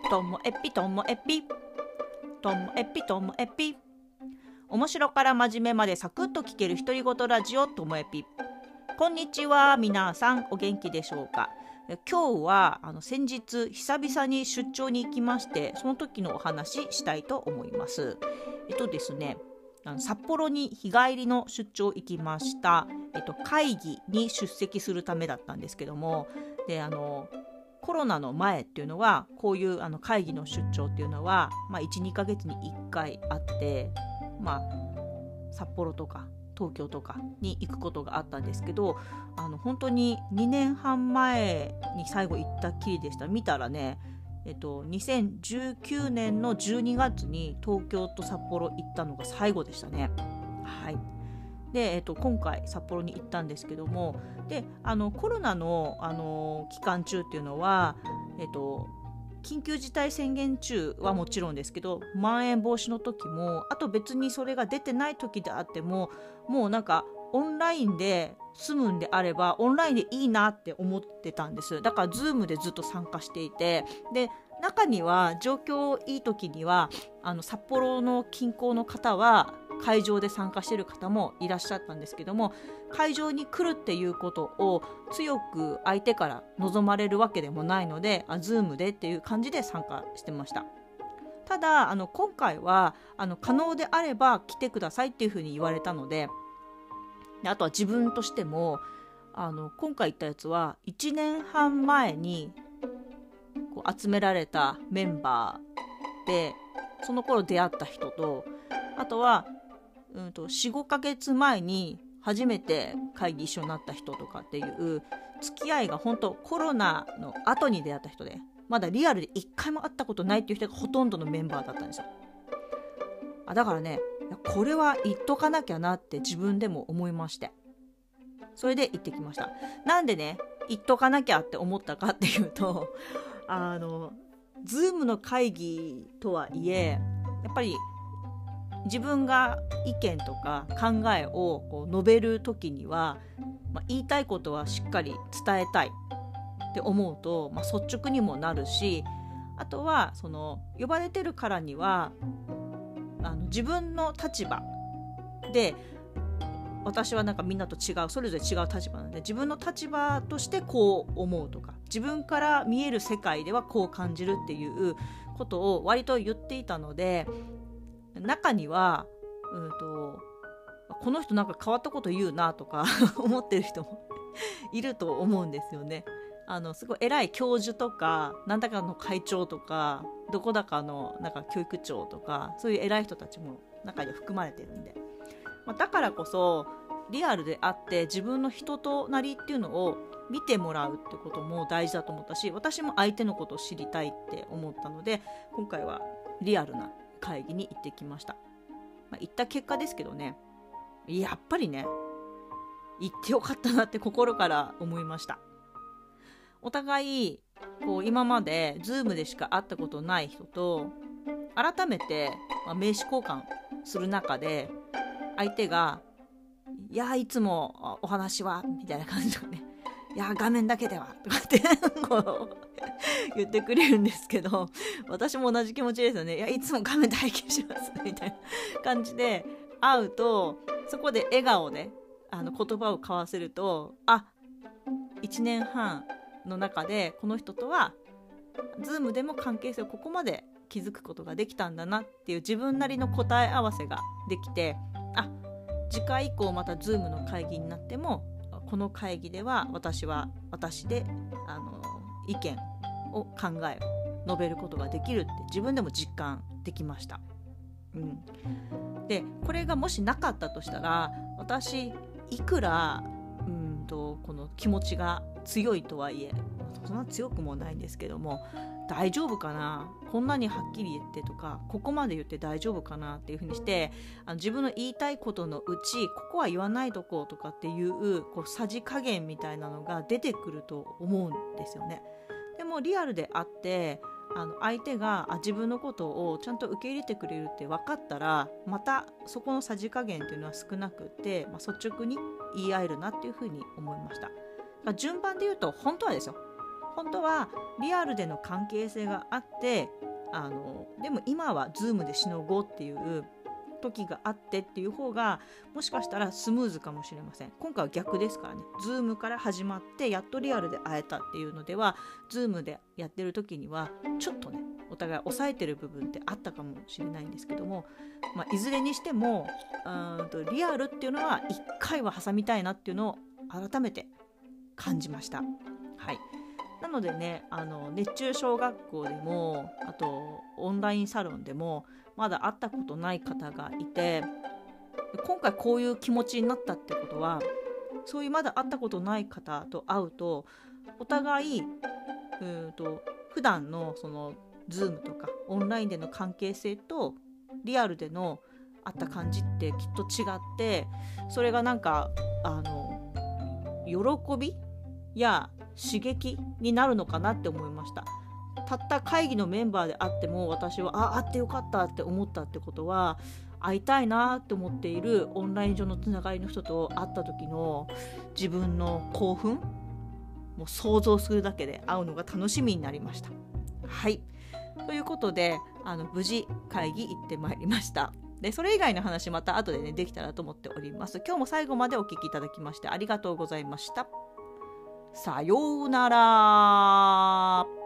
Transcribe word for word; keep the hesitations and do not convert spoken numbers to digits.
ともえぴともえぴともえぴともえぴ面白から真面目までサクッと聞ける独り言ラジオともえぴ。こんにちは、皆さんお元気でしょうか。今日はあの先日久々に出張に行きまして、その時のお話したいと思います。えっとですねあの札幌に日帰りの出張行きました。えっと、会議に出席するためだったんですけども、であのコロナの前っていうのはこういうあの会議の出張っていうのは、まあ、いち、にかげつにいっかいあって、まあ、札幌とか東京とかに行くことがあったんですけど、あの本当ににねんはん前に最後行ったきりでした。見たらね、えっと、にせんじゅうきゅうねんのじゅうにがつに東京と札幌行ったのが最後でしたね。はい。で、えっと、今回札幌に行ったんですけども、であのコロナの、あの期間中っていうのは、えっと、緊急事態宣言中はもちろんですけど、まん延防止の時も、あと別にそれが出てない時であっても、もうなんかオンラインで済むんであればオンラインでいいなって思ってたんです。だから Zoom でずっと参加していて、で中には状況いい時にはあの札幌の近郊の方は会場で参加している方もいらっしゃったんですけども、会場に来るっていうことを強く相手から望まれるわけでもないので、あ Zoom でっていう感じで参加してました。ただあの今回はあの可能であれば来てくださいっていうふうに言われたので、であとは自分としてもあの今回行ったやつはいちねんはん前にこう集められたメンバーで、その頃出会った人と、あとは、うんと、よん、ごかげつまえに初めて会議一緒になった人とかっていう付き合いが本当コロナの後に出会った人で、まだリアルで一回も会ったことないっていう人がほとんどのメンバーだったんですよ。あだからね、これは言っとかなきゃなって自分でも思いまして、それで行ってきました。なんでね言っとかなきゃって思ったかっていうと、あの Zoom の会議とはいえやっぱり自分が意見とか考えをこう述べるときには、まあ、言いたいことはしっかり伝えたいって思うと、まあ、率直にもなるし、あとはその呼ばれてるからにはあの自分の立場で、私はなんかみんなと違う、それぞれ違う立場なので、自分の立場としてこう思うとか、自分から見える世界ではこう感じるっていうことを割と言っていたので、中には、うんと、この人なんか変わったこと言うなとか思ってる人もいると思うんですよね。あのすごい偉い教授とか、なんだかの会長とか、どこだかのなんか教育長とか、そういう偉い人たちも中に含まれてるんで、まあ、だからこそリアルであって自分の人となりっていうのを見てもらうってことも大事だと思ったし、私も相手のことを知りたいって思ったので、今回はリアルな会議に行ってきました。まあ、行った結果ですけどね、やっぱりね行ってよかったなって心から思いました。お互いこう今まで Zoom でしか会ったことない人と改めて、まあ、名刺交換する中で、相手がいやいつもお話はみたいな感じでね、いや画面だけではとかってこう言ってくれるんですけど、私も同じ気持ちですよね。いやいつも画面体験しますみたいな感じで会うと、そこで笑顔であの言葉を交わせると、あいちねんはんの中でこの人とは Zoom でも関係性をここまで築くことができたんだなっていう自分なりの答え合わせができて、あ次回以降また Zoom の会議になっても、この会議では私は私であの意見を考えを述べることができるって自分でも実感できました。うん、でこれがもしなかったとしたら、私いくらうんとこの気持ちが強いとはいえ、そんな強くもないんですけども、大丈夫かな、こんなにはっきり言ってとか、ここまで言って大丈夫かなっていう風にして、あの自分の言いたいことのうちここは言わないとこうとかっていう、こうさじ加減みたいなのが出てくると思うんですよね。でもリアルであってあの相手があ自分のことをちゃんと受け入れてくれるって分かったら、またそこのさじ加減っていうのは少なくて、まあ、率直に言い合えるなっていう風に思いました。順番で言うと本当はですよ、本当はリアルでの関係性があってあのでも今は Zoom でしのごうっていう時があってっていう方がもしかしたらスムーズかもしれません。今回は逆ですからね。 Zoom から始まってやっとリアルで会えたっていうのでは Zoom でやってる時にはちょっとねお互い抑えてる部分ってあったかもしれないんですけども、まあ、いずれにしてもうんとリアルっていうのはいっかいは挟みたいなっていうのを改めて感じました。はい、なのでね、あの熱中小学校でもあとオンラインサロンでもまだ会ったことない方がいて、今回こういう気持ちになったってことは、そういうまだ会ったことない方と会うとお互いうんと普段のその Zoom とかオンラインでの関係性とリアルでの会った感じってきっと違って、それがなんかあの喜びや刺激になるのかなって思いました。たった会議のメンバーであっても私はあ会ってよかったって思ったってことは、会いたいなって思っているオンライン上のつながりの人と会った時の自分の興奮もう想像するだけで会うのが楽しみになりました。はい、ということであの無事会議行ってまいりました。でそれ以外の話また後でねできたらと思っております。今日も最後までお聞きいただきましてありがとうございました。さようなら。